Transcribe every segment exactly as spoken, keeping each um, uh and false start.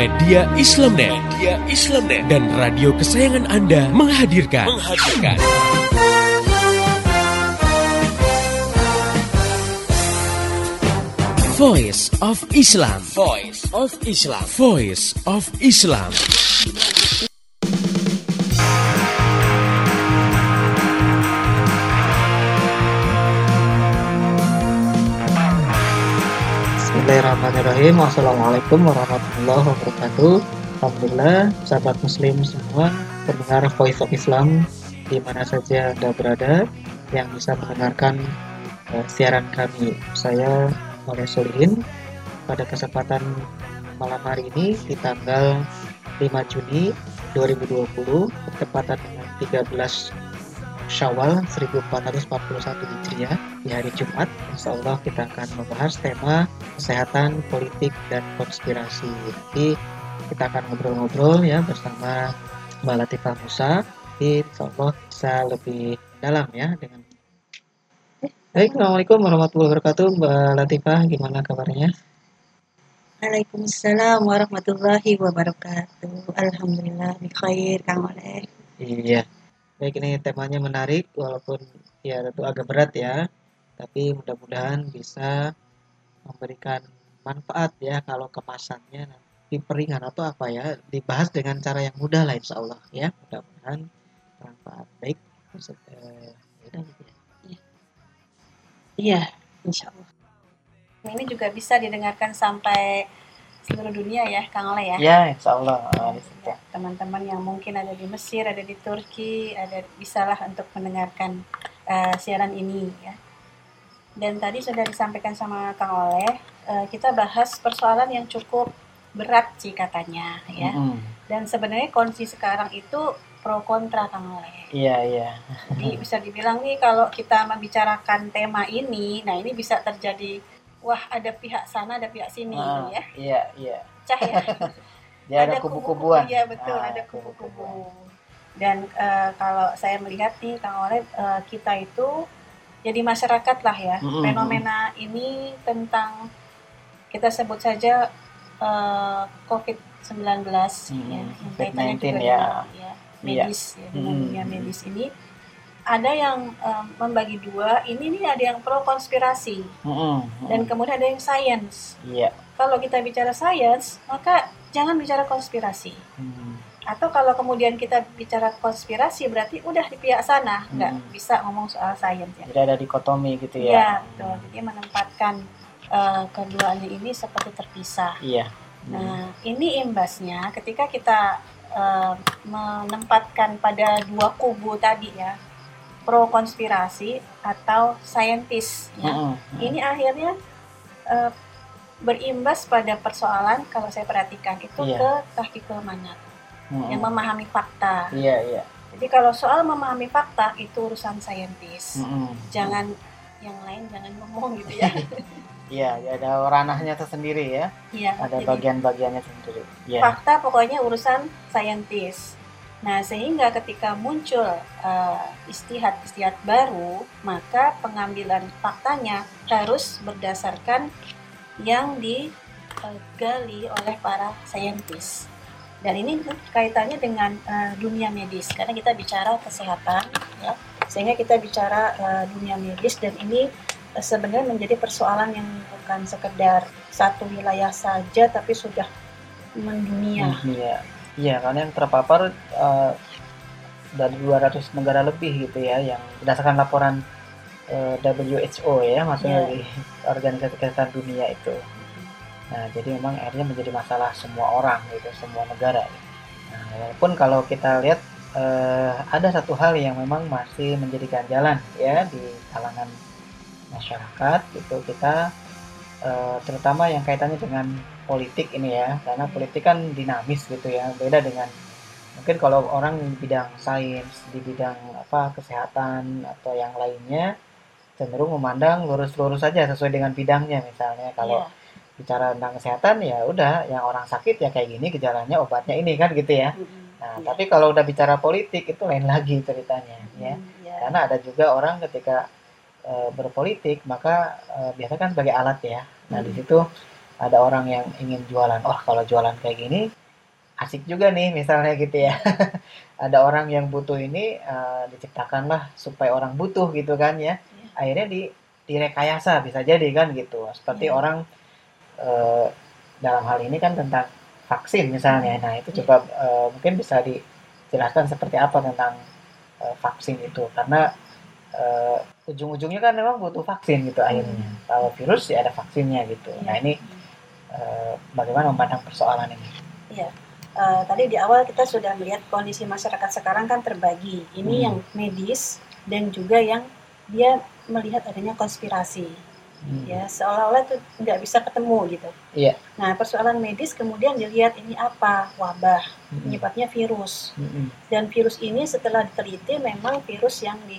Media Islamnet, Media Islamnet dan radio kesayangan Anda menghadirkan, menghadirkan. Voice of Islam, Voice of Islam, Voice of Islam. Bismillahirrahmanirrahim. Wassalamualaikum warahmatullahi wabarakatuh. Alhamdulillah, sahabat muslim semua, pendengar Voice of Islam di mana saja Anda berada yang bisa mendengarkan uh, siaran kami. Saya Maulana Solihin. Pada kesempatan malam hari ini di tanggal lima Juni dua ribu dua puluh bertepatan dengan tiga belas Syawal seribu empat ratus empat puluh satu Hijriah di hari Jumat. Insyaallah kita akan membahas tema kesehatan, politik, dan konspirasi. Jadi kita akan ngobrol-ngobrol ya bersama Mbak Latifah Musa. Jadi insyaallah bisa lebih dalam ya dengan. Baik, Assalamualaikum warahmatullahi wabarakatuh. Mbak Latifah, gimana kabarnya? Waalaikumsalam warahmatullahi wabarakatuh. Alhamdulillah, bikhair, Kang Oleh. Iya. Baik, ini temanya menarik walaupun ya tentu agak berat ya, tapi mudah-mudahan bisa memberikan manfaat ya kalau kemasannya nanti peringan atau apa ya, dibahas dengan cara yang mudah lah insyaallah ya, mudah-mudahan manfaat. Baik, maksud, eh, ya gitu ya. Iya, iya, insyaallah. Ini juga bisa didengarkan sampai seluruh dunia ya, Kang Oleh ya. Ya, insyaallah. Ya, teman-teman yang mungkin ada di Mesir, ada di Turki, ada bisalah untuk mendengarkan uh, siaran ini ya. Dan tadi sudah disampaikan sama Kang Oleh, uh, kita bahas persoalan yang cukup berat sih katanya ya. Mm-hmm. Dan sebenarnya kondisi sekarang itu pro kontra, Kang Oleh. Iya, iya. Jadi bisa dibilang nih kalau kita membicarakan tema ini, nah ini bisa terjadi wah, ada pihak sana, ada pihak sini ah, gitu ya. Iya, iya. Cah ya. Ya, ada, ada kubu-kubuan. Iya, betul, ah, ada kubu-kubu. Dan uh, kalau saya melihat nih, Kang Oleh, uh, kita itu jadi masyarakat lah ya. Mm-hmm. Fenomena ini tentang, kita sebut saja uh, covid sembilan belas mm-hmm. ya. Yang kaitannya juga ya. ya, medis, yeah. ya, dengan mm-hmm. dunia medis ini. Ada yang um, membagi dua, ini nih ada yang pro konspirasi, mm-hmm. dan kemudian ada yang sains. Yeah. Kalau kita bicara sains, maka jangan bicara konspirasi. Mm. Atau kalau kemudian kita bicara konspirasi, berarti udah di pihak sana, nggak mm. bisa ngomong soal sains. Ya. Jadi ada dikotomi gitu ya? Iya, betul. Jadi menempatkan uh, keduanya ini seperti terpisah. Iya. Yeah. Mm. Nah, ini imbasnya ketika kita uh, menempatkan pada dua kubu tadi ya, pro konspirasi atau saintis ya. Mm-hmm. Ini akhirnya uh, berimbas pada persoalan kalau saya perhatikan itu yeah. ke tahqiqul manat, mm-hmm. yang memahami fakta. Iya, yeah, iya. Yeah. Jadi kalau soal memahami fakta itu urusan saintis. Mm-hmm. Jangan yang lain jangan ngomong gitu ya. Iya, ada ranahnya tersendiri ya. Iya. Ada bagian-bagiannya sendiri. Yeah. Fakta pokoknya urusan saintis. Nah, sehingga ketika muncul uh, istihad-istihad baru, maka pengambilan faktanya harus berdasarkan yang digali uh, oleh para saintis. Dan ini kaitannya dengan uh, dunia medis, karena kita bicara kesehatan, ya, sehingga kita bicara uh, dunia medis, dan ini uh, sebenarnya menjadi persoalan yang bukan sekedar satu wilayah saja, tapi sudah mendunia. Hmm, iya. Iya, karena yang terpapar uh, dari dua ratus negara lebih gitu ya, yang berdasarkan laporan uh, W H O ya, maksudnya yeah. di Organisasi Kesehatan Dunia itu. Nah, jadi memang akhirnya menjadi masalah semua orang gitu, semua negara. Nah, walaupun kalau kita lihat uh, ada satu hal yang memang masih menjadi ganjalan ya di kalangan masyarakat gitu, kita uh, terutama yang kaitannya dengan politik ini ya, karena politik kan dinamis gitu ya, beda dengan mungkin kalau orang di bidang sains, di bidang apa kesehatan atau yang lainnya cenderung memandang lurus-lurus saja sesuai dengan bidangnya. Misalnya kalau yeah. bicara tentang kesehatan ya udah yang orang sakit ya kayak gini gejalanya, obatnya ini kan gitu ya. Mm-hmm. Nah, yeah. tapi kalau udah bicara politik itu lain lagi ceritanya mm-hmm. ya. Yeah. Karena ada juga orang ketika e, berpolitik maka e, biasanya kan sebagai alat ya. Nah, mm-hmm. di situ ada orang yang ingin jualan, oh kalau jualan kayak gini asik juga nih misalnya gitu ya. Ada orang yang butuh ini, eee, diciptakanlah supaya orang butuh gitu kan ya. Iya. Akhirnya di direkayasa bisa jadi kan gitu. Seperti Iya. orang, eee, dalam hal ini kan tentang vaksin misalnya. Hmm, Nah itu iya. coba, eee, mungkin bisa dijelaskan seperti apa tentang, eee, vaksin itu. Karena, eee, ujung-ujungnya kan memang butuh vaksin gitu akhirnya. Hmm. Kalau virus ya ada vaksinnya gitu. Iya. Nah ini, eee, bagaimana memandang persoalan ini? Iya. Uh, tadi di awal kita sudah melihat kondisi masyarakat sekarang kan terbagi. Ini Hmm. yang medis dan juga yang dia melihat adanya konspirasi. Hmm. Ya, seolah-olah itu nggak bisa ketemu gitu. Iya. Nah, persoalan medis kemudian dilihat ini apa? Wabah. Hmm. Penyebabnya virus. Hmm. Dan virus ini setelah diteliti memang virus yang di,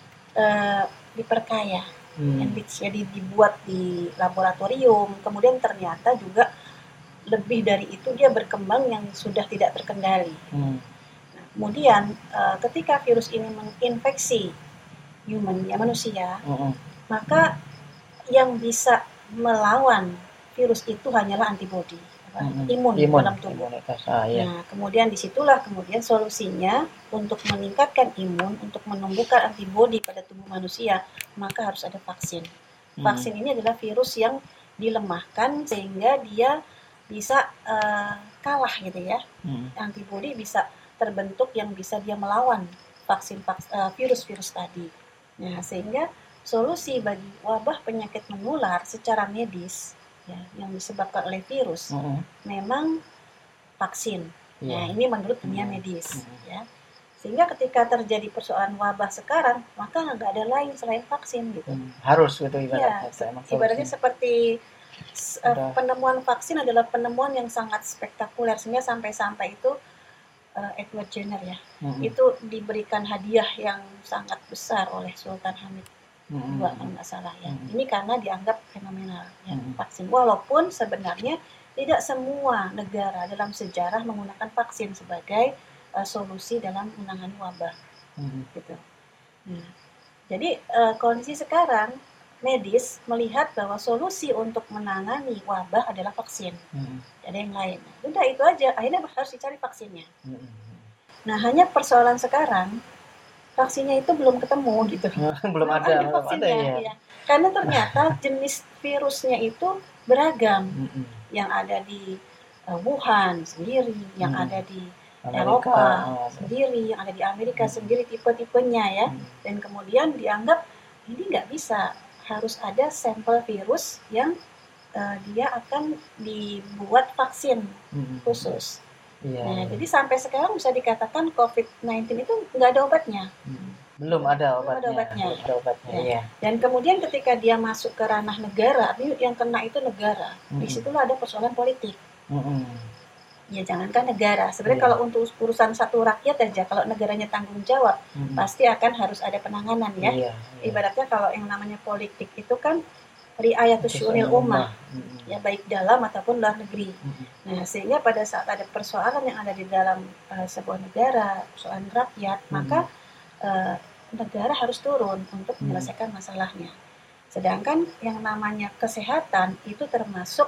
uh, diperkaya. Hmm. Yang di, jadi dibuat di laboratorium. Kemudian ternyata juga lebih dari itu dia berkembang yang sudah tidak terkendali. Hmm. Nah, kemudian uh, ketika virus ini menginfeksi human, ya manusia, hmm. maka yang bisa melawan virus itu hanyalah antibodi, hmm. imun, imun dalam tubuh. Ah, iya. Nah, kemudian disitulah kemudian solusinya untuk meningkatkan imun, untuk menumbuhkan antibodi pada tubuh manusia, maka harus ada vaksin. Hmm. Vaksin ini adalah virus yang dilemahkan sehingga dia bisa uh, kalah gitu ya. Hmm. Antibodi bisa terbentuk yang bisa dia melawan vaksin vaks, uh, virus-virus tadi. Nah, sehingga solusi bagi wabah penyakit menular secara medis ya yang disebabkan oleh virus hmm. memang vaksin. Yeah. Nah, ini menurut dunia hmm. medis hmm. ya. Sehingga ketika terjadi persoalan wabah sekarang, maka nggak ada lain selain vaksin gitu. Hmm. Harus gitu ibaratnya. Ya, ibaratnya seperti Uh, penemuan vaksin adalah penemuan yang sangat spektakuler sehingga sampai-sampai itu uh, Edward Jenner ya mm-hmm. itu diberikan hadiah yang sangat besar oleh Sultan Hamid mm-hmm. dua kalau nggak salah ya mm-hmm. ini karena dianggap fenomenal ya, mm-hmm. vaksin walaupun sebenarnya tidak semua negara dalam sejarah menggunakan vaksin sebagai uh, solusi dalam menangani wabah mm-hmm. gitu. Nah, jadi uh, kondisi sekarang medis melihat bahwa solusi untuk menangani wabah adalah vaksin. Hmm. Ada yang lain. Udah itu aja. Akhirnya harus dicari vaksinnya. Hmm. Nah, hanya persoalan sekarang vaksinnya itu belum ketemu gitu. belum, belum ada, ada vaksinnya. Ada, ya. Ya. Karena ternyata jenis virusnya itu beragam. Hmm. Yang ada di uh, Wuhan sendiri, yang hmm. ada di Amerika, Eropa oh, sendiri, yang ada di Amerika hmm. sendiri tipe-tipenya ya. Hmm. Dan kemudian dianggap ini nggak bisa. Harus ada sampel virus yang uh, dia akan dibuat vaksin hmm. khusus. Yeah. Nah, jadi sampai sekarang bisa dikatakan covid sembilan belas itu nggak ada obatnya. Hmm. Belum ada obatnya. Belum ada obatnya. Belum ada obatnya. Ya. Yeah. Dan kemudian ketika dia masuk ke ranah negara, artinya yang kena itu negara, hmm. disitulah ada persoalan politik. Hmm. Ya jangankan negara, sebenarnya yeah. kalau untuk urusan satu rakyat aja, kalau negaranya tanggung jawab, mm-hmm. pasti akan harus ada penanganan ya. Yeah, yeah. Ibaratnya kalau yang namanya politik itu kan riayatus syu'unil ummah, mm-hmm. ya baik dalam ataupun luar negeri. Mm-hmm. Nah sehingga pada saat ada persoalan yang ada di dalam uh, sebuah negara, persoalan rakyat, mm-hmm. maka uh, negara harus turun untuk mm-hmm. menyelesaikan masalahnya. Sedangkan yang namanya kesehatan itu termasuk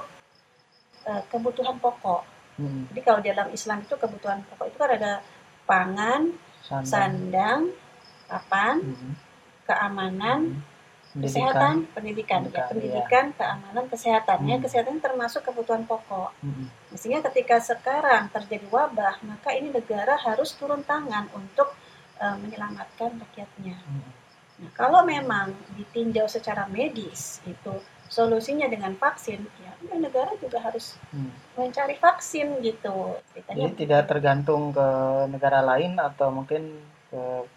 uh, kebutuhan pokok. Hmm. Jadi kalau dalam Islam itu kebutuhan pokok itu kan ada pangan, sandang, sandang papan, hmm. keamanan, hmm. kesehatan, pendidikan, pendidikan, ya, pendidikan, ya. Keamanan, kesehatannya, hmm. kesehatan termasuk kebutuhan pokok. Hmm. Mestinya ketika sekarang terjadi wabah, maka ini negara harus turun tangan untuk uh, menyelamatkan rakyatnya. Hmm. Nah, kalau memang ditinjau secara medis itu solusinya dengan vaksin, ya negara juga harus hmm. mencari vaksin gitu. Jadi tidak tergantung ke negara lain atau mungkin ke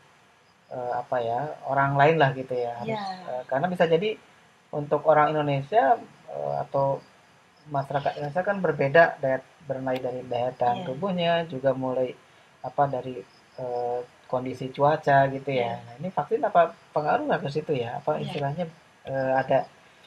eh, apa ya orang lain lah gitu ya. Harus, ya. Eh, karena bisa jadi untuk orang Indonesia eh, atau masyarakat Indonesia kan berbeda daya mulai dari daya tahan ya. Tubuhnya juga mulai apa dari eh, kondisi cuaca gitu ya. ya. Nah ini vaksin apa pengaruh nggak ke situ ya? Apa istilahnya ya. eh, ada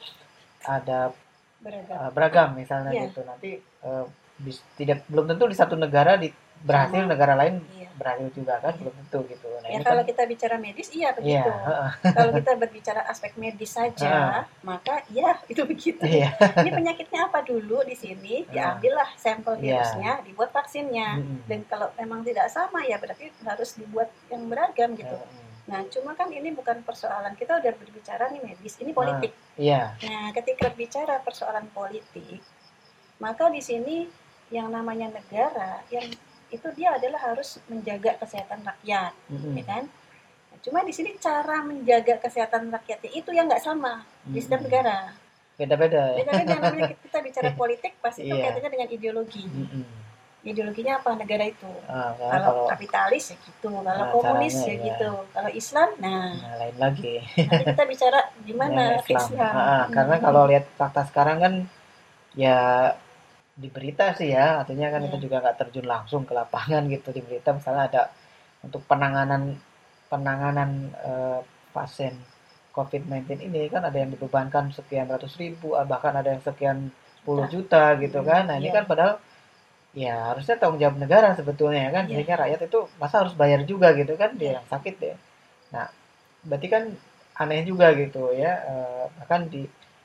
ada beragam, uh, beragam misalnya yeah. gitu nanti uh, bis, tidak belum tentu di satu negara di, berhasil sama. Negara lain yeah. berhasil juga kan, belum tentu gitu. Nah, Ya ini kalau kan kita bicara medis, iya iya, begitu. heeh, Kalau kita berbicara aspek medis saja, maka ya itu begitu. iya, Ini penyakitnya apa dulu di sini, heeh, diambillah sampel iya, virusnya, dibuat vaksinnya. mhm, Dan kalau memang tidak sama ya berarti harus dibuat yang beragam gitu. heeh, Nah, cuma kan ini bukan persoalan, kita udah berbicara nih medis, ini heeh, politik. iya, Nah, ketika bicara persoalan politik, maka di sini yang namanya negara, yang itu dia adalah harus menjaga kesehatan rakyat, mhm, ya kan? Nah, cuma di sini cara menjaga kesehatan rakyatnya itu yang nggak sama di setiap mhm, negara. beda-beda ya, Beda-beda namanya kita bicara politik pasti itu iya, kaitannya dengan ideologi. mhm, Ideologinya apa negara itu? ah, karena Kalau kalau kapitalis ya gitu, kalau ah, komunis caranya ya ya, gitu, kalau Islam, nah nah lain lagi, nanti kita bicara yang gimana ke Islam, Islam. ah, ah, karena kalau lihat fakta sekarang kan ya di berita sih ya, artinya kan Ya. itu juga nggak terjun langsung ke lapangan gitu di berita, misalnya ada untuk penanganan penanganan eh, pasien covid sembilan belas ini kan ada yang dibebankan sekian ratus ribu, ah, bahkan ada yang sekian sepuluh juta gitu kan. Nah ini Ya. kan padahal ya harusnya tanggung jawab negara sebetulnya ya kan, Ya. sehingga rakyat itu masa harus bayar juga gitu kan dia Ya. yang sakit ya. Nah berarti kan aneh juga gitu ya, eh, bahkan di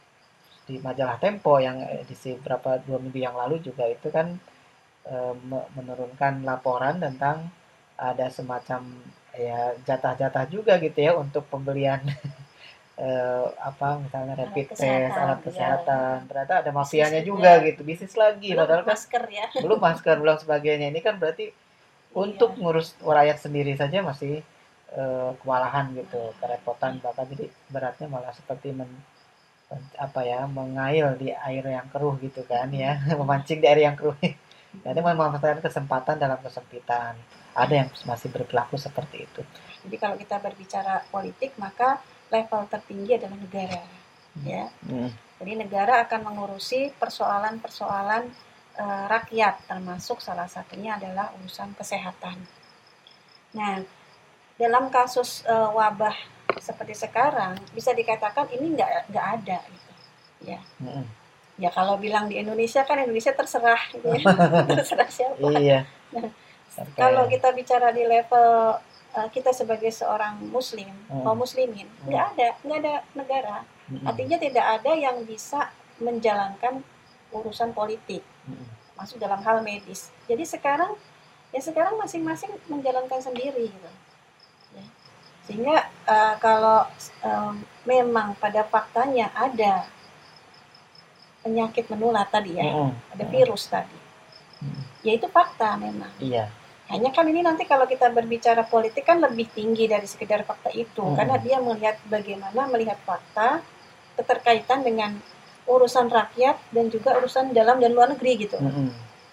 di majalah Tempo yang edisi berapa dua minggu yang lalu juga itu kan eh, menurunkan laporan tentang ada semacam ya jatah-jatah juga gitu ya untuk pembelian eh, apa misalnya rapid Alat test, kesehatan, alat ya. kesehatan. Ternyata ada Bisnis mafianya juga. juga gitu, bisnis lagi. Belum Padahal kan masker ya. belum masker, belum sebagainya. Ini kan berarti untuk Iya. ngurus rakyat sendiri saja masih eh, kewalahan gitu, kerepotan, bahkan jadi beratnya malah seperti men, apa ya mengail di air yang keruh gitu kan ya, memancing di air yang keruh. Jadi memanfaatkan kesempatan dalam kesempitan. Ada yang masih berperilaku seperti itu. Jadi kalau kita berbicara politik, maka level tertinggi adalah negara, ya. Hmm. Jadi negara akan mengurusi persoalan-persoalan uh, rakyat, termasuk salah satunya adalah urusan kesehatan. Nah, dalam kasus uh, wabah seperti sekarang, bisa dikatakan ini nggak nggak ada, gitu, ya. Hmm. Ya kalau bilang di Indonesia kan Indonesia terserah, gitu ya. Terserah siapa. Iya. Nah, kalau kita bicara di level uh, kita sebagai seorang Muslim, hmm. kaum Muslimin, hmm. nggak ada, nggak ada negara. Hmm. Artinya tidak ada yang bisa menjalankan urusan politik, hmm. masuk dalam hal medis. Jadi sekarang, ya sekarang masing-masing menjalankan sendiri, gitu. Ya. Sehingga uh, kalau um, memang pada faktanya ada penyakit menular tadi ya, mm-hmm. ada virus tadi, mm-hmm. ya itu fakta memang. Iya. Hanya kan ini nanti kalau kita berbicara politik kan lebih tinggi dari sekedar fakta itu, mm-hmm. karena dia melihat bagaimana melihat fakta keterkaitan dengan urusan rakyat dan juga urusan dalam dan luar negeri gitu. Mm-hmm.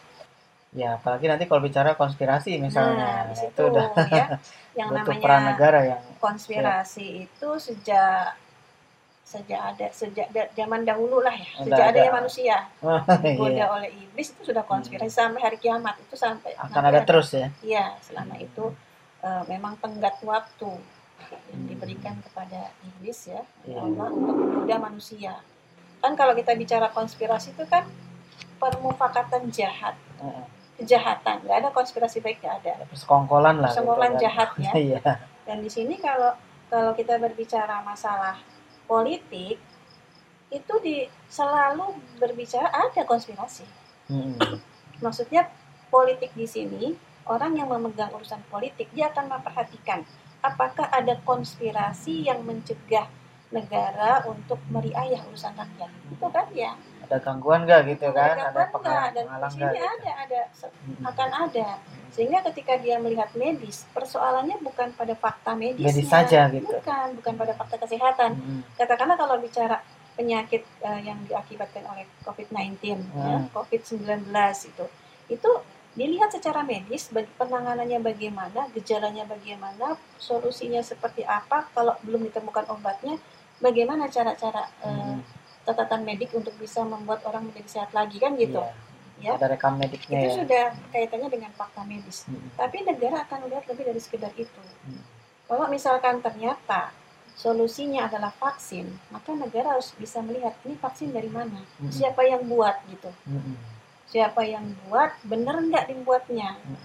Ya, apalagi nanti kalau bicara konspirasi misalnya, nah, itu, itu udah ya, yang namanya peran negara yang konspirasi itu sejak sejak ada sejak zaman dahulu lah ya, sejak ada ya manusia digoda oleh iblis itu sudah konspirasi hmm. sampai hari kiamat itu sampai akan ada, ada terus ya. Iya, selama hmm. itu uh, memang tenggat waktu yang diberikan kepada iblis ya, hmm. Allah untuk menggoda manusia. Kan kalau kita bicara konspirasi itu kan permufakatan jahat, hmm. kejahatan, nggak ada konspirasi baik, nggak ada. Persekongkolan lah. Persekongkolan gitu, jahat ya. Iya. Dan di sini kalau kalau kita berbicara masalah politik itu di selalu berbicara ada konspirasi. Hmm. Maksudnya politik di sini orang yang memegang urusan politik dia akan memperhatikan apakah ada konspirasi yang mencegah negara untuk meriayah urusan rakyat. Itu kan ya. Ada gangguan nggak gitu kan? Ada Ada penghalang dan di sini gitu. ada ada akan ada. Sehingga ketika dia melihat medis, persoalannya bukan pada fakta medisnya, medis saja gitu. Bukan, bukan pada fakta kesehatan. Hmm. Katakanlah kalau bicara penyakit uh, yang diakibatkan oleh covid sembilan belas, hmm. ya, covid sembilan belas itu, itu dilihat secara medis, penanganannya bagaimana, gejalanya bagaimana, solusinya seperti apa, kalau belum ditemukan obatnya, bagaimana cara-cara uh, catatan medik untuk bisa membuat orang menjadi sehat lagi kan gitu. Yeah. Ya, ada rekam mediknya itu ya. Sudah kaitannya dengan fakta medis. Hmm. Tapi negara akan melihat lebih dari sekedar itu. Hmm. Kalau misalkan ternyata solusinya adalah vaksin, maka negara harus bisa melihat ini vaksin dari mana, hmm. siapa yang buat gitu, hmm. siapa yang buat, benar nggak dibuatnya. Hmm.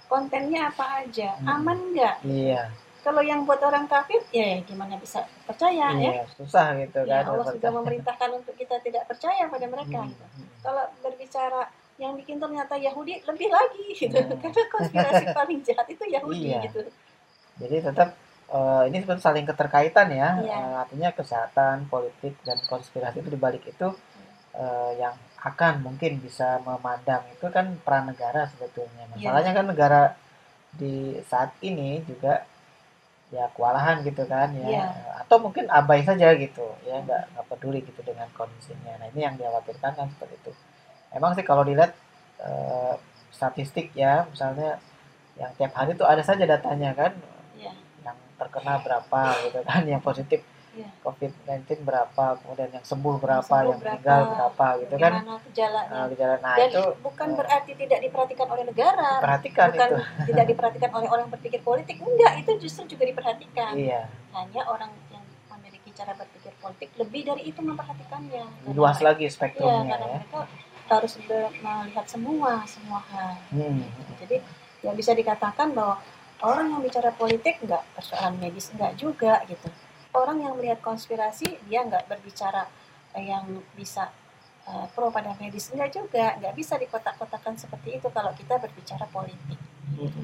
kontennya apa aja, Hmm. aman nggak? Iya. Kalau yang buat orang kafir, ya gimana bisa percaya ya? Iya, susah gitu Ya kan. Allah sudah percaya. memerintahkan untuk kita tidak percaya pada mereka. Hmm. Gitu. Kalau berbicara yang bikin ternyata Yahudi, lebih lagi gitu. Hmm. Karena konspirasi paling jahat itu Yahudi Iya. gitu. Jadi tetap uh, ini sebenarnya saling keterkaitan ya. Iya. Uh, artinya kesehatan, politik dan konspirasi itu dibalik itu uh, yang akan mungkin bisa memandang itu kan peran negara sebetulnya. Masalahnya Iya. kan negara di saat ini juga ya kewalahan gitu kan ya. Iya. Atau mungkin abai saja gitu ya, nggak nggak peduli gitu dengan kondisinya. Nah ini yang dikhawatirkan kan seperti itu. Emang sih kalau dilihat uh, statistik ya, misalnya yang tiap hari itu ada saja datanya kan, Iya. yang terkena berapa gitu kan, yang positif Iya. covid sembilan belas berapa, kemudian yang sembuh berapa, Yang sembuh yang meninggal berapa, berapa gitu kan. Bagaimana gejalanya. Uh, gejala. Nah Dan itu bukan uh, berarti tidak diperhatikan oleh negara, diperhatikan bukan itu. tidak diperhatikan oleh orang berpikir politik, enggak, itu justru juga diperhatikan. Iya. Hanya orang yang memiliki cara berpikir politik lebih dari itu memperhatikannya. Luas Karena, lagi spektrumnya iya, karena ya. mereka harus melihat semua semua hal. Hmm. Jadi yang bisa dikatakan bahwa orang yang bicara politik enggak persoalan medis enggak juga gitu. Orang yang melihat konspirasi dia enggak berbicara yang bisa uh, pro pada medis enggak juga, enggak bisa dikotak-kotakan seperti itu kalau kita berbicara politik. Hmm.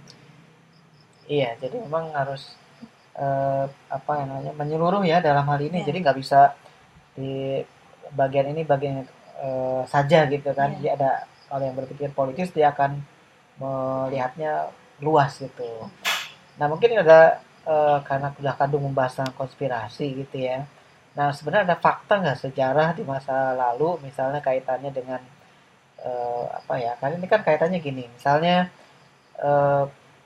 Iya, jadi memang harus uh, apa yang namanya menyeluruh ya dalam hal ini. Ya. Jadi nggak bisa di bagian ini bagian uh, saja gitu kan. Ya. Dia ada kalau yang berpikir politis dia akan melihatnya luas gitu. Nah mungkin ada uh, karena sudah kadung membahas tentang konspirasi gitu ya. Nah sebenarnya ada fakta nggak sejarah di masa lalu misalnya kaitannya dengan uh, apa ya? Karena ini kan kaitannya gini, misalnya uh,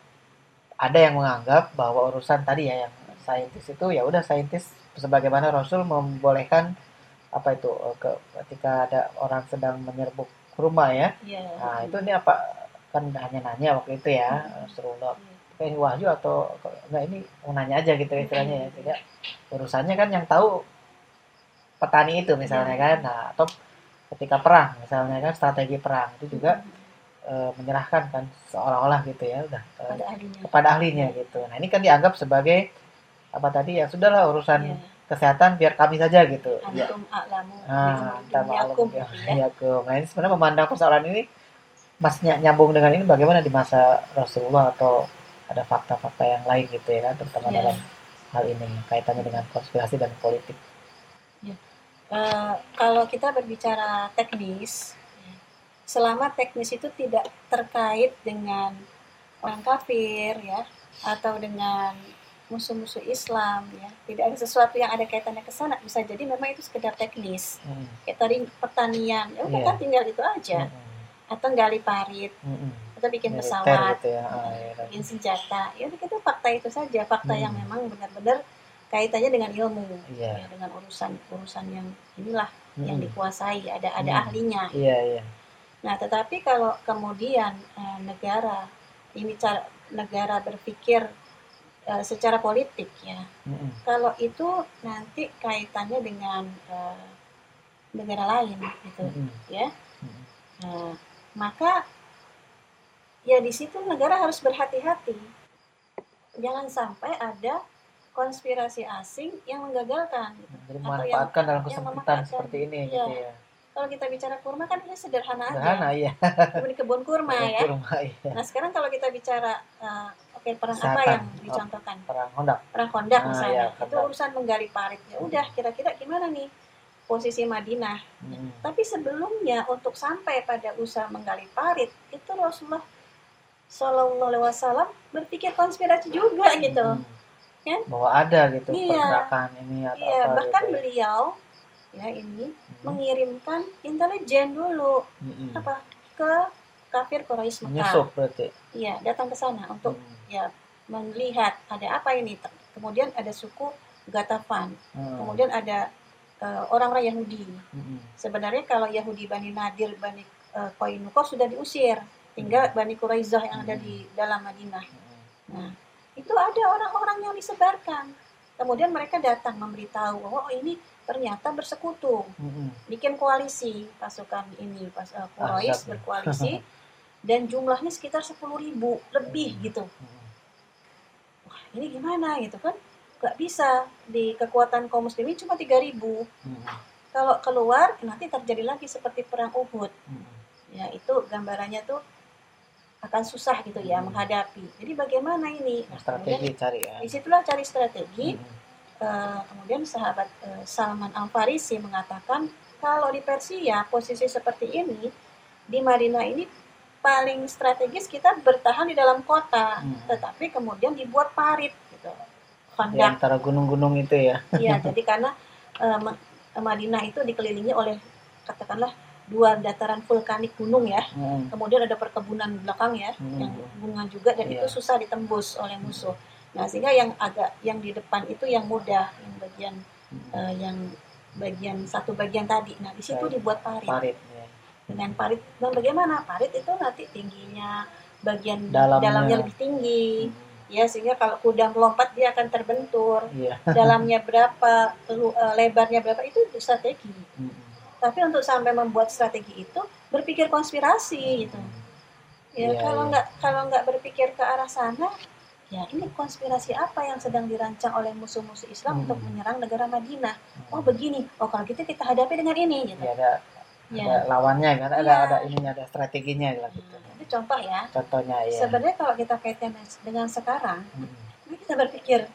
ada yang menganggap bahwa urusan tadi ya yang saintis itu ya udah saintis sebagaimana Rasul membolehkan apa itu ke, ketika ada orang sedang menyerbuk rumah ya. Yeah. Nah itu ini apa kan hanya nanya waktu itu ya Rasulullah kayak wahyu atau enggak ini mau nanya aja gitu istilahnya ya. Tidak urusannya kan yang tahu petani itu misalnya kan. Nah atau ketika perang misalnya kan strategi perang itu juga e, menyerahkan kan seolah-olah gitu ya udah e, ahlinya. kepada ahlinya gitu. Nah ini kan dianggap sebagai apa tadi ya sudahlah urusan yeah. kesehatan biar kami saja gitu. Antum a'lamu biyakum ya. Nah ini sebenarnya memandang persoalan ini masnya nyambung dengan ini bagaimana di masa Rasulullah atau ada fakta-fakta yang lain gitu ya kan terutama yeah. dalam hal ini kaitannya dengan konspirasi dan politik. Yeah. Uh, kalau kita berbicara teknis, selama teknis itu tidak terkait dengan orang kafir ya atau dengan musuh-musuh Islam ya, tidak ada sesuatu yang ada kaitannya ke sana, bisa jadi memang itu sekedar teknis. Hmm. Kayak tadi pertanian, ya udah yeah. kan tinggal itu aja. Hmm. Atau gali parit, hmm. atau bikin militer pesawat, gitu ya. Oh, ya, bikin senjata, ya itu fakta itu saja, fakta hmm. yang memang benar-benar kaitannya dengan ilmu, yeah. ya, dengan urusan-urusan yang inilah hmm. yang dikuasai, ada ada hmm. ahlinya. Yeah, yeah. Nah, tetapi kalau kemudian eh, negara ini cara negara berpikir eh, secara politik ya, hmm. kalau itu nanti kaitannya dengan eh, negara lain, gitu, hmm. ya. Hmm. Nah, maka ya di situ negara harus berhati-hati, jangan sampai ada konspirasi asing yang menggagalkan gitu. Jadi memanfaatkan dalam kesempitan seperti ini ya. gitu ya. Kalau kita bicara kurma kan ini sederhana, sederhana aja. Iya. Di kebun kurma kebun ya. Kurma, iya. Nah sekarang kalau kita bicara uh, oke okay, perang Kesehatan. Apa yang dicontohkan? Perang Honda. Perang Honda nah, misalnya. Ya, itu urusan menggali parit. Ya udah kira-kira gimana nih posisi Madinah? Hmm. Tapi sebelumnya untuk sampai pada usaha menggali parit itu Rasulullah Shallallahu Alaihi Wasallam berpikir konspirasi juga gitu. Hmm. Kan? Bahwa ada gitu iya, pergerakan ini atau iya, apa bahkan gitu. beliau ya ini hmm. mengirimkan intelijen dulu hmm. apa ke kafir Quraisy Mekah. Menyusup berarti. Iya, datang ke sana untuk hmm. ya melihat ada apa ini. Kemudian ada suku Gatafan. Hmm. Kemudian ada uh, orang-orang Yahudi. Hmm. Sebenarnya kalau Yahudi Bani Nadir, Bani uh, Qainuqa sudah diusir, tinggal hmm. Bani Quraizah yang hmm. ada di dalam Madinah. Hmm. Nah, itu ada orang-orang yang disebarkan. Kemudian mereka datang memberitahu bahwa oh ini ternyata bersekutu, mm-hmm. bikin koalisi pasukan ini, pas uh, Quraisy berkoalisi dan jumlahnya sekitar sepuluh ribu lebih gitu. Hmm. Wah, ini gimana gitu kan? Gak bisa, di kekuatan kaum muslimin cuma tiga ribu. Hmm. Kalau keluar nanti terjadi lagi seperti perang Uhud. Hmm. Ya, itu gambarannya tuh akan susah gitu ya Hmm. menghadapi. Jadi bagaimana ini? Nah, Strategi kemudian cari ya. disitulah cari strategi. Hmm. Uh, kemudian sahabat uh, Salman Al-Farisi mengatakan kalau di Persia posisi seperti ini, di Madinah ini paling strategis kita bertahan di dalam kota, hmm. tetapi kemudian dibuat parit gitu. Di antara gunung-gunung itu ya. Iya, jadi karena uh, Madinah itu dikelilingi oleh katakanlah dua dataran vulkanik gunung ya, hmm. kemudian ada perkebunan belakang ya, hmm. yang bunga juga, dan yeah. itu susah ditembus oleh musuh. Nah, sehingga yang agak yang di depan itu yang mudah, yang bagian hmm. uh, yang bagian satu bagian tadi. Nah, di situ dibuat parit. Parit ya. Dengan parit, dan bagaimana parit itu nanti tingginya bagian dalamnya, dalamnya lebih tinggi. Hmm. Ya, sehingga kalau kuda melompat dia akan terbentur. Yeah. Dalamnya berapa, lebarnya berapa, itu strategi. Hmm. Tapi untuk sampai membuat strategi itu berpikir konspirasi gitu. Ya, yeah, kalau nggak yeah. kalau nggak berpikir ke arah sana, ya ini konspirasi apa yang sedang dirancang oleh musuh-musuh Islam hmm. untuk menyerang negara Madinah? Oh begini, oh kalau gitu kita hadapi dengan ini. Gitu. Ya, ada, ya. ada lawannya kan, ada ya. ada ininya, ada strateginya gitu. Nah, itu contoh ya. Contohnya ya. Sebenarnya kalau kita kaitkan dengan sekarang, hmm. kita berpikir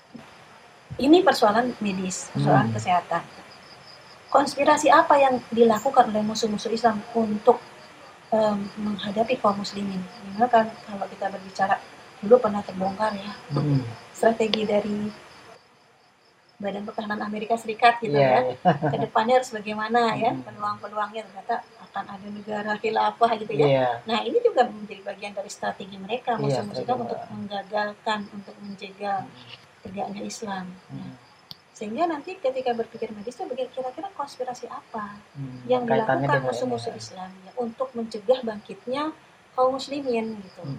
ini persoalan medis, persoalan hmm. kesehatan. Konspirasi apa yang dilakukan oleh musuh-musuh Islam untuk um, menghadapi kaum muslimin? Dimana kan kalau kita berbicara dulu pernah terbongkar ya hmm. strategi dari Badan Pertahanan Amerika Serikat gitu yeah, ya. Yeah. Kedepannya harus bagaimana ya, peluang-peluangnya ternyata akan ada negara khilafah gitu ya. Yeah. Nah ini juga menjadi bagian dari strategi mereka musuh-musuh yeah, untuk menggagalkan, untuk menjegal tegaknya Islam. Hmm. Ya. Sehingga nanti ketika berpikir medis itu kira-kira konspirasi apa hmm, yang dilakukan musuh-musuh Islam ya, untuk mencegah bangkitnya kaum muslimin gitu. Hmm.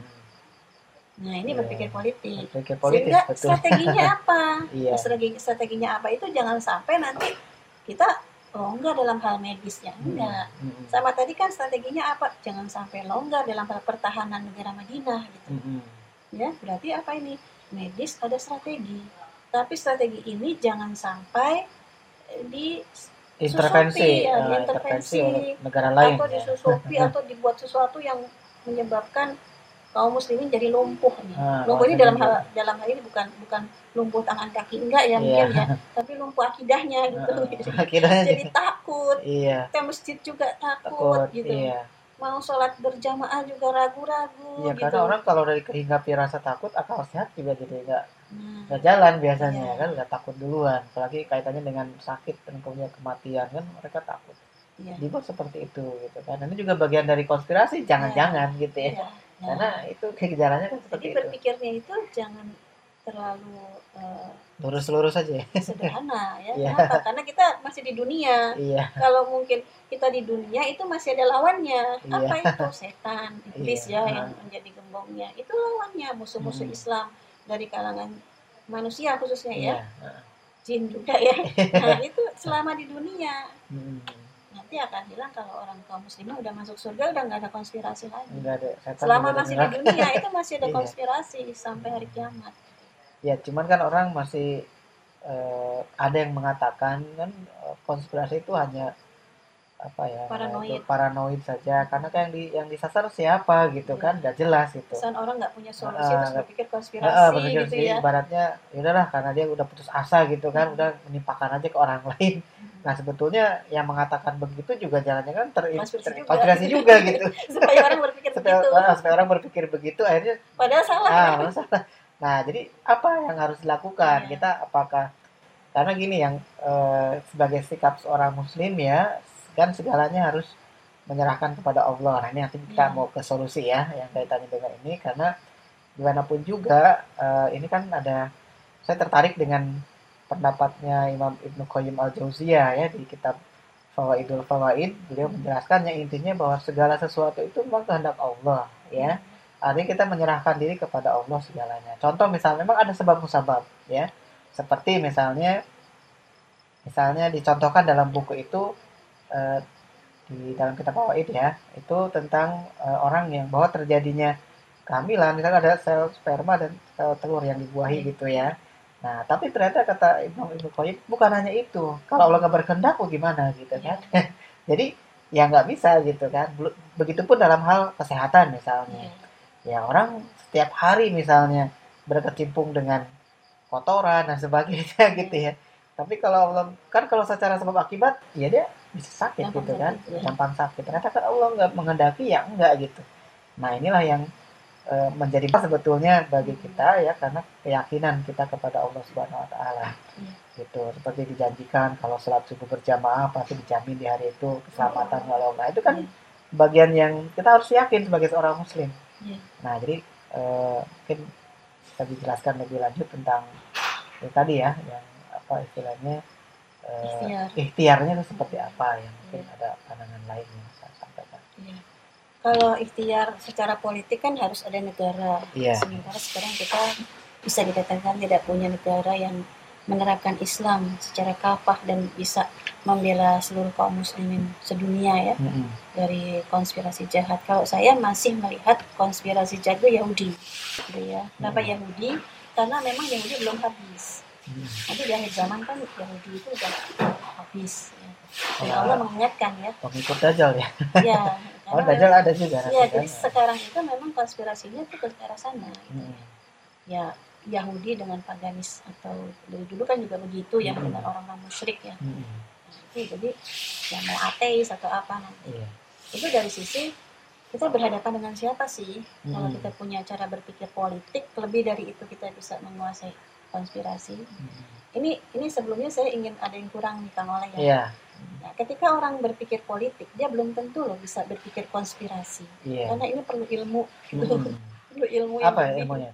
Nah ini yeah. berpikir politik. Berpikir politik sehingga betul. Strateginya apa? yeah. Strategi strateginya apa itu jangan sampai nanti kita longgar dalam hal medisnya, enggak. Hmm. Sama tadi kan strateginya apa? Jangan sampai longgar dalam hal pertahanan negara Madinah gitu. Hmm. Ya berarti apa ini? Medis ada strategi. Tapi strategi ini jangan sampai di intervensi, ya, uh, intervensi oleh negara lain atau disusupi atau dibuat sesuatu yang menyebabkan kaum muslimin jadi lumpuh nih. Ah, lumpuh ini dalam hal dalam hal ini bukan bukan lumpuh tangan kaki enggak ya mungkin yeah. ya, tapi lumpuh akidahnya gitu. Uh, akidahnya jadi takut. Iya. Ke masjid juga takut, takut gitu. Iya. Mau sholat berjamaah juga ragu-ragu. Iya, gitu. Karena orang kalau dari kehinggapi rasa takut, akal sehat juga jadi enggak hmm. nggak jalan biasanya yeah. kan, udah takut duluan. Apalagi kaitannya dengan sakit dan kemudian kematian kan mereka takut. Yeah. Dibuat seperti itu gitu kan. Ini juga bagian dari konspirasi, jangan-jangan yeah. gitu ya. Yeah. Nah, karena itu gejalanya kan seperti jadi itu. Berpikirnya itu jangan terlalu uh, lurus-lurus saja. Sederhana ya. Yeah. Kenapa? Karena kita masih di dunia. Yeah. Kalau mungkin kita di dunia itu masih ada lawannya. Yeah. Apa itu? Setan, iblis yeah. ya yang menjadi gembongnya. Itu lawannya musuh-musuh hmm. Islam dari kalangan manusia khususnya ya. Yeah. Jin juga ya. Nah, itu selama di dunia. Hmm. Nanti akan hilang kalau orang kaum muslimah udah masuk surga, udah nggak ada konspirasi lagi. Nggak ada. Selama masih di dunia itu masih ada konspirasi sampai hari kiamat. Ya, cuman kan orang masih eh, ada yang mengatakan kan konspirasi itu hanya apa ya, paranoid, paranoid saja, karena kan yang di yang disasar siapa gitu ya. Kan nggak jelas gitu. Kesan orang nggak punya solusi uh, terus berpikir konspirasi uh, berpikir gitu sih, ya. Ibaratnya ya udahlah karena dia udah putus asa gitu kan, hmm. udah menimpakan aja ke orang lain. Hmm. Nah sebetulnya yang mengatakan begitu juga jalannya kan terinspirasi juga. juga gitu. Supaya orang berpikir supaya, begitu. Uh, supaya orang berpikir begitu akhirnya. Padahal salah. Ah, ya? salah. Nah jadi apa yang harus dilakukan? Hmm. Kita apakah karena gini yang uh, sebagai sikap seorang muslim ya, kan segalanya harus menyerahkan kepada Allah. Nah, ini nanti kita ya. mau ke solusi ya yang kaitannya dengan ini, karena gimana pun juga uh, ini kan ada, saya tertarik dengan pendapatnya Imam Ibnu Qayyim al-Jauziyah ya di kitab Fawaidul Fawaid. Beliau menjelaskan yang intinya bahwa segala sesuatu itu memang kehendak Allah ya. Artinya kita menyerahkan diri kepada Allah segalanya. Contoh misalnya memang ada sebab musabab ya. Seperti misalnya misalnya dicontohkan dalam buku itu Uh, di dalam kitab Fawaid ya, itu tentang uh, orang yang bahwa terjadinya kehamilan, misalnya ada sel sperma dan sel telur yang dibuahi Iya. gitu ya. Nah, tapi ternyata kata Imam Ibnu Qayyim bukan hanya itu. Kalau Allah nggak berkehendak, oh gimana gitu kan? Iya. Jadi ya nggak bisa gitu kan. Belu- Begitupun dalam hal kesehatan misalnya. Iya. Ya orang setiap hari misalnya berkecimpung dengan kotoran dan sebagainya gitu ya. Tapi kalau Allah kan kalau secara sebab akibat ya dia bisa sakit Gampang gitu kan, sakit, ya. gampang sakit. Ternyata kan Allah nggak menghendaki ya enggak gitu. Nah inilah yang eh, menjadi sebetulnya bagi kita ya karena keyakinan kita kepada Allah Subhanahu Wa Taala Iya. gitu. Seperti dijanjikan kalau sholat subuh berjamaah pasti dijamin di hari itu keselamatan oleh Allah. Itu kan Iya. bagian yang kita harus yakin sebagai seorang Muslim. Iya. Nah jadi eh, mungkin bisa dijelaskan lebih lanjut tentang itu tadi ya yang apa istilahnya eh, Ikhtiar. ikhtiarnya itu seperti apa ya mungkin Iya. ada pandangan lain yang saya sampaikan. Iya. Kalau ikhtiar secara politik kan harus ada negara. Iya. Sementara sekarang kita bisa dikatakan tidak punya negara yang menerapkan Islam secara kafah dan bisa membela seluruh kaum muslimin sedunia ya Mm-mm. dari konspirasi jahat. Kalau saya masih melihat konspirasi jahat itu Yahudi, gitu ya. Kenapa Mm. Yahudi? Karena memang Yahudi belum habis. Mm. Nanti di akhir zaman kan Yahudi itu udah habis. Ya. Dan Oh, Allah mengingatkan ya. pengikut Dajjal ya. Ya. Oh karena Dajjal memang- ada juga nanti Ya, kan. jadi sekarang itu memang konspirasinya itu ke arah sana. Gitu. Mm. Ya, Yahudi dengan paganis atau dari dulu kan juga begitu ya Mm. dengan orang-orang musyrik ya. Mm. Nah, itu jadi yang mau ateis atau apa nanti. Iya. Itu dari sisi kita berhadapan dengan siapa sih? Kalau Mm. kita punya cara berpikir politik, lebih dari itu kita bisa menguasai konspirasi. Mm. Ini ini sebelumnya saya ingin ada yang kurang nih Kang Oleh ya. Iya. Nah, ketika orang berpikir politik, dia belum tentu loh bisa berpikir konspirasi. Iya. Karena ini perlu ilmu, Mm. perlu ilmu yang Apa ya lebih. ilmunya?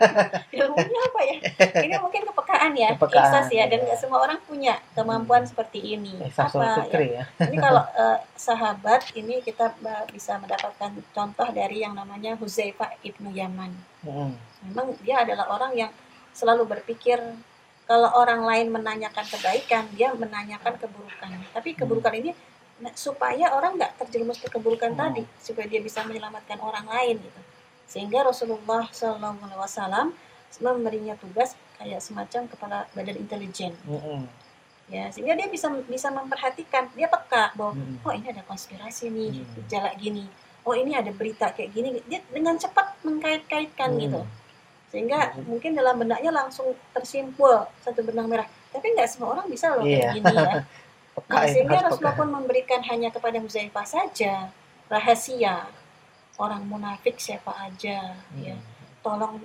Ilmunya apa ya? Ini mungkin kepekaan ya, Kepekaan, ihsas ya, dan iya. nggak semua orang punya kemampuan Hmm. seperti ini. Ihsasul Apa ya? fikri ya. Ini kalau eh, sahabat ini kita ba- bisa mendapatkan contoh dari yang namanya Huzaifah ibnu Yaman. Mm. Memang dia adalah orang yang selalu berpikir kalau orang lain menanyakan kebaikan, dia menanyakan keburukan. Tapi keburukan ini nah, supaya orang nggak terjerumus ke keburukan Hmm. tadi, supaya dia bisa menyelamatkan orang lain gitu. Sehingga Rasulullah shallallahu alaihi wasallam memberinya tugas kayak semacam kepala badan intelijen. Mm. Ya, sehingga dia bisa bisa memperhatikan, dia peka bahwa Mm. oh ini ada konspirasi nih, Hmm. gejala gini. Oh ini ada berita kayak gini. Dia dengan cepat mengkait-kaitkan Mm. gitu. Sehingga Hmm. mungkin dalam benaknya langsung tersimpul satu benang merah. Tapi nggak semua orang bisa loh Iya. kayak gini ya. Peka Nah, itu sehingga harus Rasulullah peka. pun memberikan hanya kepada Huzaifah saja rahasia orang munafik siapa aja, ya. Mm. Tolong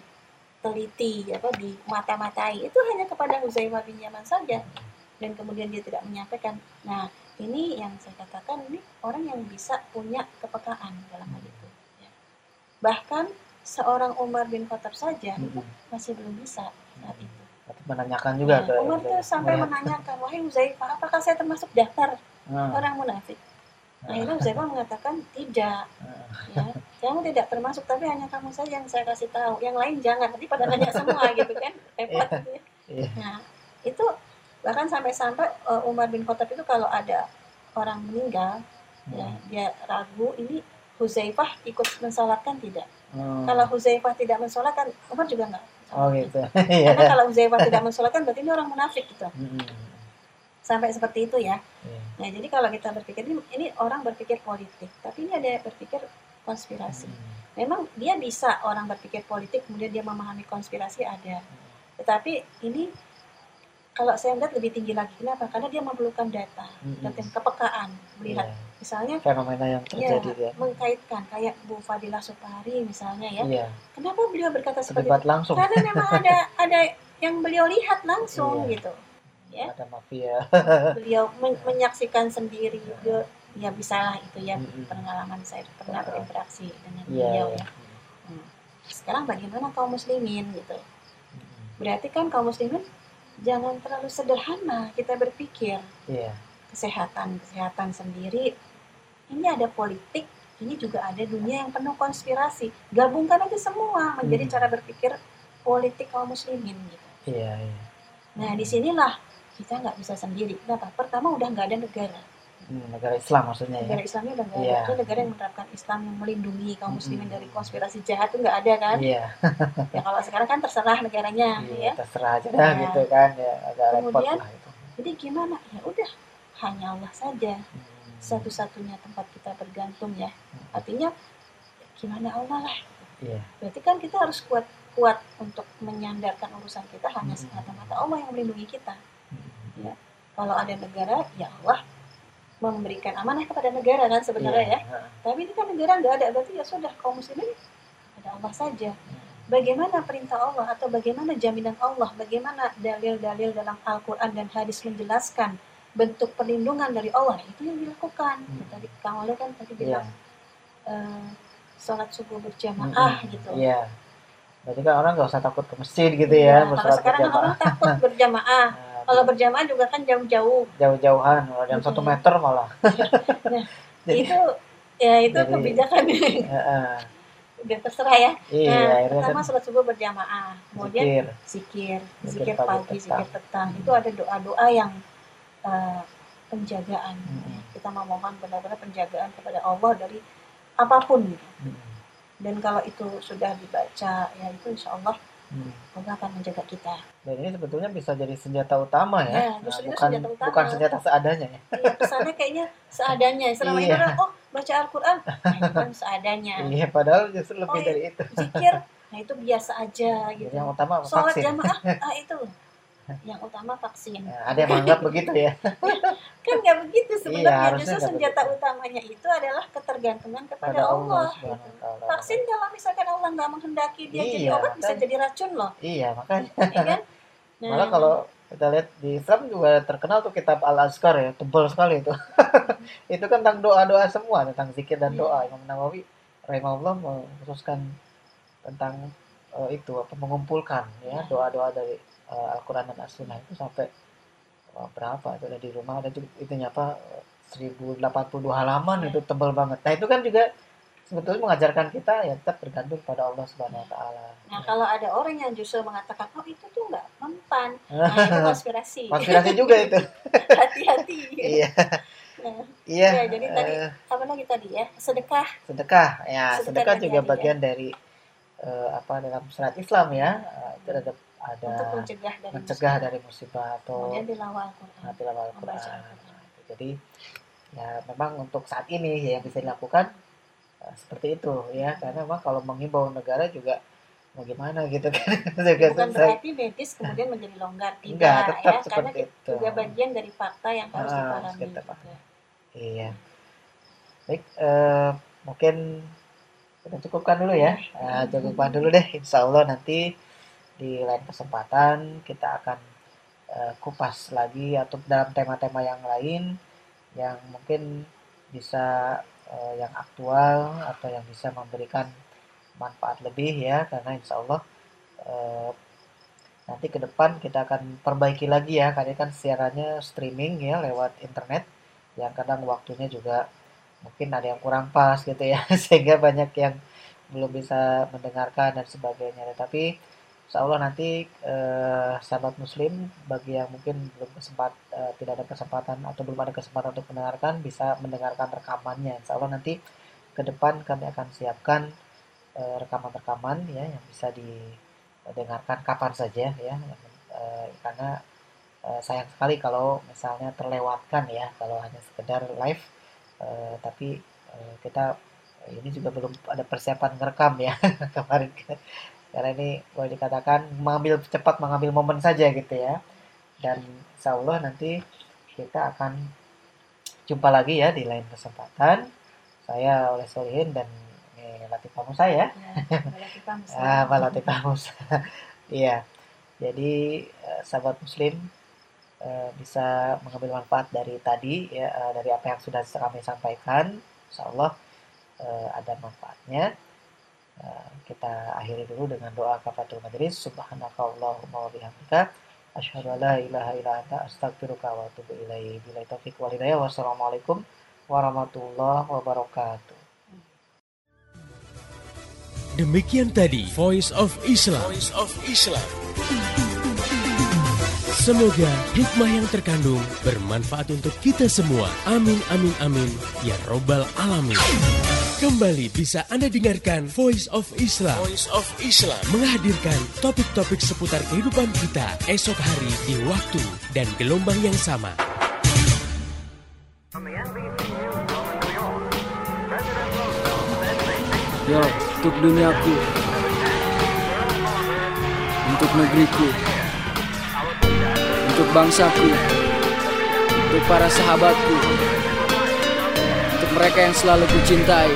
diteliti, apa di mata-matai. Itu hanya kepada Huzaifah bin Yaman saja. Dan kemudian dia tidak menyampaikan. Nah, ini yang saya katakan ini orang yang bisa punya kepekaan dalam hal itu. Ya. Bahkan seorang Umar bin Khattab saja itu Mm. masih belum bisa saat itu. Atau menanyakan juga Nah, ke Umar tuh sampai melihat. menanyakan, wahai Huzaifah, apakah saya termasuk daftar Mm. orang munafik? Akhirnya Huzaifah mengatakan tidak, Mm. ya, kamu tidak termasuk, tapi hanya kamu saja yang saya kasih tahu, yang lain jangan, nanti pada nanya semua gitu kan, repot gitu ya. Iya. Nah, itu bahkan sampai-sampai uh, Umar bin Khattab itu kalau ada orang meninggal, ya, Mm. dia ragu ini Huzaifah ikut mensolatkan tidak. Mm. Kalau Huzaifah tidak mensolatkan, Umar juga enggak. Oh gitu. Karena kalau Huzaifah tidak mensolatkan berarti ini orang munafik gitu. Mm. Sampai seperti itu ya. Iya. Nah, jadi kalau kita berpikir ini, ini orang berpikir politik, tapi ini ada berpikir konspirasi. Mm. Memang dia bisa orang berpikir politik kemudian dia memahami konspirasi ada. Tetapi ini kalau saya lihat lebih tinggi lagi. Kenapa? Karena dia memerlukan data, Mm. data kepekaan, melihat Iya. misalnya Fenomena yang ya, terjadi ya. mengkaitkan kayak Bu Fadila Supari misalnya ya. Iya. Kenapa beliau berkata seperti Terlibat itu? langsung. Karena memang ada ada yang beliau lihat langsung Iya. gitu. Ya. Ada mafia. Beliau men- menyaksikan sendiri, beliau ya bisa itu ya Mm-mm. pengalaman saya pernah berinteraksi dengan Iya. beliau Iya. ya. Hmm. Sekarang bagaimana kaum muslimin gitu? Mm. Berarti kan kaum muslimin jangan terlalu sederhana kita berpikir. Iya. Kesehatan kesehatan sendiri ini ada politik, ini juga ada dunia yang penuh konspirasi. Gabungkan aja semua menjadi Hmm. cara berpikir politik kaum muslimin gitu. Iya. Iya. Nah disinilah kita nggak bisa sendiri. Kenapa? Pertama udah nggak ada negara. Hmm, negara Islam maksudnya ya. Negara Islamnya udah nggak Iya. ada. Itu negara yang menerapkan Islam yang melindungi kaum muslimin Hmm. dari konspirasi jahat itu nggak ada kan? Iya. Ya kalau sekarang kan terserah negaranya, Iya, ya. terserah aja dah Nah, gitu kan ya, agak repot kemudian lah itu. jadi gimana? Ya udah, hanya Allah saja Hmm. satu-satunya tempat kita bergantung ya. Hmm. Artinya gimana Allah lah. Iya. Berarti kan kita harus kuat-kuat untuk menyandarkan urusan kita hanya Hmm. semata-mata Allah yang melindungi kita. Hmm. Ya. Kalau ada negara, ya Allah memberikan amanah kepada negara kan sebenarnya Iya. ya. Tapi ini kan negara nggak ada, berarti ya sudah kaum muslimin ada Allah saja. Bagaimana perintah Allah atau bagaimana jaminan Allah, bagaimana dalil-dalil dalam Al-Quran dan hadis menjelaskan bentuk perlindungan dari Allah, itu yang dilakukan. Hmm. Tadi Kang Oleh kan tadi Iya. bilang eh, sholat subuh berjamaah Hmm. gitu. Iya. Berarti kan orang nggak usah takut ke masjid gitu Iya, ya, kalau bersolat sekarang kan berjamaah. orang takut berjamaah. Nah, Kalau berjamaah juga kan jauh-jauh. jauh-jauhan, yang Gitu satu ya. meter malah. Nah, Jadi- itu ya itu jadi- kebijakan Heeh. udah terserah ya. Iya, Nah, akhirnya pertama kan sholat subuh berjamaah, kemudian zikir. zikir, Zikir zikir pagi, pagi, petang. zikir petang. Itu ada doa-doa yang eh, penjagaan. Hmm. Kita memohon benar-benar penjagaan kepada Allah dari apapun. Gitu. Hmm. Dan kalau itu sudah dibaca, ya itu insya Allah Hmm. Allah akan menjaga kita. Dan ini sebetulnya bisa jadi senjata utama ya, Ya, nah, justru itu bukan senjata utama. bukan senjata seadanya ya. Iya, kesannya kayaknya seadanya. Selama ini Iya. orang, oh baca Al-Quran, nah, itu kan seadanya. Iya, padahal justru lebih Oh, dari itu. Zikir, nah itu biasa aja Jadi gitu. yang utama Sholat vaksin. jamaah, ah itu yang utama vaksin. Nah, ada yang menganggap begitu ya. Kan nggak begitu Iya, sebenarnya. harusnya Justru nggak senjata begitu. utamanya itu adalah ketergantungan kepada Pada Allah Allah. Subhanahu Gitu. wa taala. Vaksin kalau misalkan Allah nggak menghendaki dia jadi Iya, obat, bisa kan. jadi racun loh, Iya, makanya. ya kan? Nah, Malah kalau kita lihat di Islam juga terkenal tuh kitab Al-Azkar ya, tebal sekali itu. Itu kan tentang doa-doa semua, tentang zikir dan Iya. doa. Imam Nawawi rahimahullah mengkhususkan tentang uh, itu apa mengumpulkan ya Iya. doa-doa dari uh, Al-Qur'an dan As-Sunnah itu sampai uh, berapa itu ada di rumah ada juga itunya apa seribu delapan puluh dua halaman. Iya. Itu tebal banget. Nah, itu kan juga sebetulnya mengajarkan kita ya tetap bergantung pada Allah Subhanahu wa taala. nah kalau ada orang yang justru mengatakan, oh itu tuh nggak mempan, nah itu konspirasi. Konspirasi juga itu. Hati-hati. Iya. Nah, Iya. ya, jadi tadi eh, apa lagi tadi ya, sedekah. sedekah ya Sedekah sedekah dari juga hati, bagian dari eh, apa dalam syariat Islam ya. Eh, itu ada ada Untuk mencegah dari mencegah musibah. dari musibah atau Kemudian tilawah Al-Quran. mati lawal Membaca Al-Quran. Al-Quran. Jadi ya memang untuk saat ini ya, yang bisa dilakukan eh, seperti itu ya, karena memang kalau menghimbau negara juga mau gimana gitu kan. Juga Bukan susah. berarti medis kemudian menjadi longgar, tidak Enggak, tetap ya, karena seperti itu. juga bagian dari fakta yang harus Ah, dipahami. harus kita gitu. pahami. Iya. Baik, eh, mungkin kita cukupkan dulu ya. Nah, cukupkan dulu deh. Insya Allah nanti di lain kesempatan kita akan eh, kupas lagi atau dalam tema-tema yang lain yang mungkin bisa eh, yang aktual atau yang bisa memberikan manfaat lebih ya, karena insya Allah eh, nanti ke depan kita akan perbaiki lagi ya, karena kan siarannya streaming ya lewat internet yang kadang waktunya juga mungkin ada yang kurang pas gitu ya sehingga banyak yang belum bisa mendengarkan dan sebagainya. Tapi insya Allah nanti eh, sahabat muslim bagi yang mungkin belum kesempat eh, tidak ada kesempatan atau belum ada kesempatan untuk mendengarkan bisa mendengarkan rekamannya. Insya Allah nanti ke depan kami akan siapkan eh, rekaman-rekaman ya yang bisa didengarkan kapan saja ya, eh, karena eh, sayang sekali kalau misalnya terlewatkan ya kalau hanya sekedar live. Uh, tapi uh, kita uh, ini juga belum ada persiapan ngerekam ya kemarin karena ini boleh dikatakan mengambil cepat mengambil momen saja gitu ya, dan insya Allah nanti kita akan jumpa lagi ya di lain kesempatan. Saya Oleh Solihin dan ini Latifah Musa ya. Ah, Pak Latifah Musa. Iya. Jadi uh, sahabat muslim Uh, bisa mengambil manfaat dari tadi ya, uh, dari apa yang sudah kami sampaikan. Insyaallah uh, ada manfaatnya. Uh, kita akhiri dulu dengan doa kafaratul majelis. Subhanakallahumma wa bihamdika asyhadu an la ilaha illa anta astaghfiruka wa atubu ilaik. Billahi taufiq wal hidayah. Wassalamualaikum warahmatullahi wabarakatuh. Demikian tadi Voice of Islam. Voice of Islam. Semoga hikmah yang terkandung bermanfaat untuk kita semua. Amin, amin, amin. Ya Robbal Alamin. Kembali bisa Anda dengarkan Voice of Islam. Voice of Islam menghadirkan topik-topik seputar kehidupan kita esok hari di waktu dan gelombang yang sama. Yo, untuk duniaku, untuk negeriku, untuk bangsaku, untuk para sahabatku, untuk mereka yang selalu kucintai.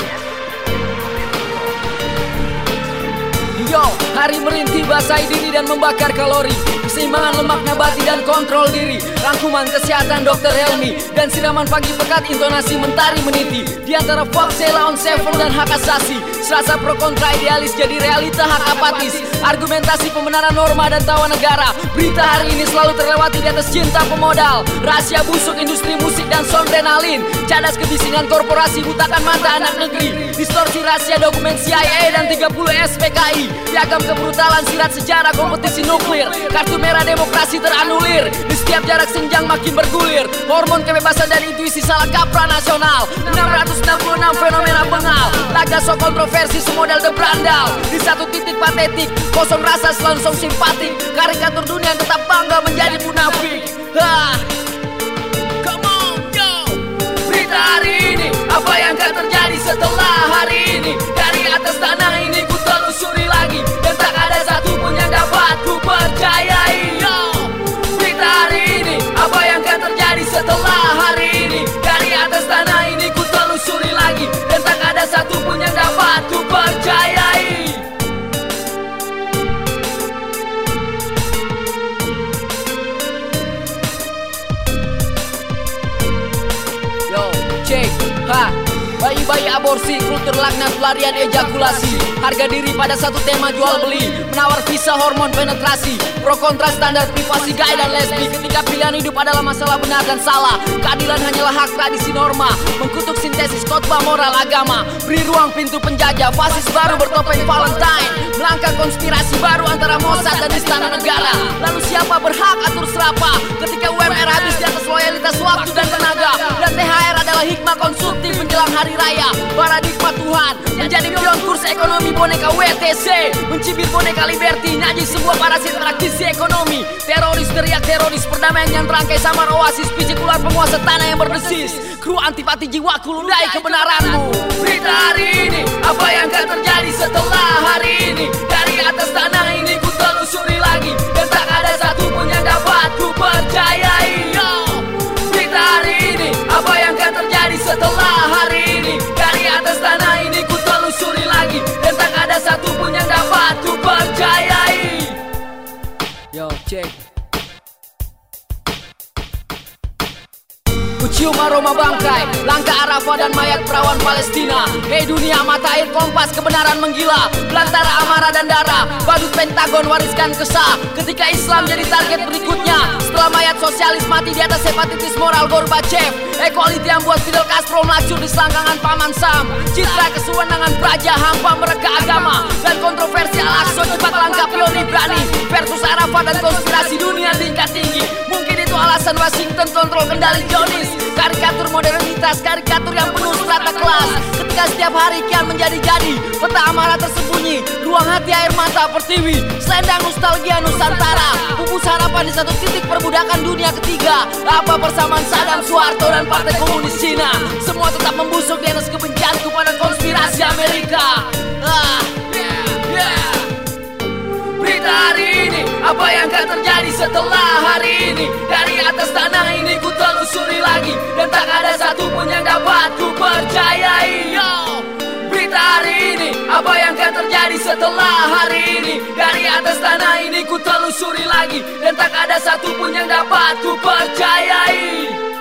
Yo, hari merintih basahi diri dan membakar kalori, keseimbangan lemak nabati dan kontrol diri, rangkuman kesehatan dokter Helmi, dan siraman pagi pekat intonasi mentari meniti. Di antara Fox, Laon Seven dan hak asasi, serasa pro kontra idealis jadi realita hak apatis, argumentasi pembenaran norma dan tawa negara. Berita hari ini selalu terlewati di atas cinta pemodal, rahasia busuk industri musik dan soundrenalin, cadas kebisingan korporasi butakan mata anak negeri, distorsi rahasia dokumen C I A dan tiga puluh S P K I, piagam kebrutalan sirat sejarah kompetisi nuklir, kartu merah demokrasi teranulir, di setiap jarak senjang makin bergulir, hormon kebebasan dan intuisi salah kaprah nasional, enam ratus enam puluh enam fenomena bengal, laga sok kontroversi semodal The Brandal, di satu titik patetik, kosong rasa selongsong simpatik, karikatur dunia yang tetap bangga menjadi munafik. Hah. Come on, yo. Berita hari ini, apa yang akan terjadi setelah hari ini? Dari atas tanah ini ku telusuri lagi, dan tak ada satupun yang dapat ku percayai. Yo. Berita hari ini, apa yang akan terjadi setelah hari ini? Dari atas tanah ini ku telusuri lagi, dan tak ada satupun yang dapat ku percayai. Yo, cek, ha. Bayi-bayi aborsi, kultur laknat, pelarian ejakulasi, harga diri pada satu tema jual beli, menawar visa hormon penetrasi, pro kontra standar privasi gay dan lesbi. Ketika pilihan hidup adalah masalah benar dan salah, keadilan hanyalah hak tradisi norma, mengkutuk sintesis khotbah moral agama, beri ruang pintu penjajah, fasis baru bertopeng Valentine, melangkah konspirasi baru antara Mossad dan istana negara. Lalu siapa berhak atur serapa ketika U M R habis di atas loyalitas waktu dan tenaga, dan T H R adalah hikmah konsumtif menjelang hari raya. Paradigma Tuhan menjadi pion kurs ekonomi boneka W T C, mencibir boneka Liberty, najis sebuah parasit praktisi ekonomi, teroris teriak teroris, perdamaian yang terangkai samar oasis, pijak ular penguasa tanah yang berdesis, kru antipati jiwaku ludai kebenaranmu. Berita hari ini, apa yang akan terjadi setelah hari ini? Dari atas tanah ini ku telusuri lagi, dan tak ada satupun yang dapat ku percayai. Yo. Berita hari ini, apa yang akan terjadi setelah hari ini? Dari atas tanah ini ku telusuri lagi, dan tak ada satupun yang dapat ku percayai. Yo, cek. Ku cium aroma bangkai, langkah Arafah dan mayat perawan Palestina. Hei dunia, mata air kompas, kebenaran menggila, belantara amarah dan darah, badut Pentagon wariskan kesah. Ketika Islam jadi target berikutnya, setelah mayat sosialis mati di atas hepatitis moral Gorbachev, equality yang buat Fidel Castro melacur di selangkangan Paman Sam, citra kesewenangan praja hampa mereka agama, dan kontroversi Al-Aqsa jebak langkah Pioni berani versus Arafah dan konspirasi dunia tingkat tinggi. Mungkin itu alasan Washington kontrol kendali Zionis, karikatur modernitas, karikatur yang penuh strata kelas. Ketika setiap hari kian menjadi-jadi, peta amarah tersembunyi, ruang hati air mata pertiwi, selendang nostalgia Nusantara, pupus harapan di satu titik perbudakan dunia ketiga. Apa persamaan Saddam, Soeharto dan Partai Komunis Cina, semua tetap membusuk di atas kebencian kepada konspirasi Amerika. Ah, yeah, yeah. Berita hari ini, apa yang akan terjadi setelah hari ini? Dari atas tanah ini ku telusuri lagi, dan tak ada satupun yang dapat ku percayai. Yo. Berita hari ini, apa yang akan terjadi setelah hari ini? Dari atas tanah ini ku telusuri lagi, dan tak ada satupun yang dapat ku percayai.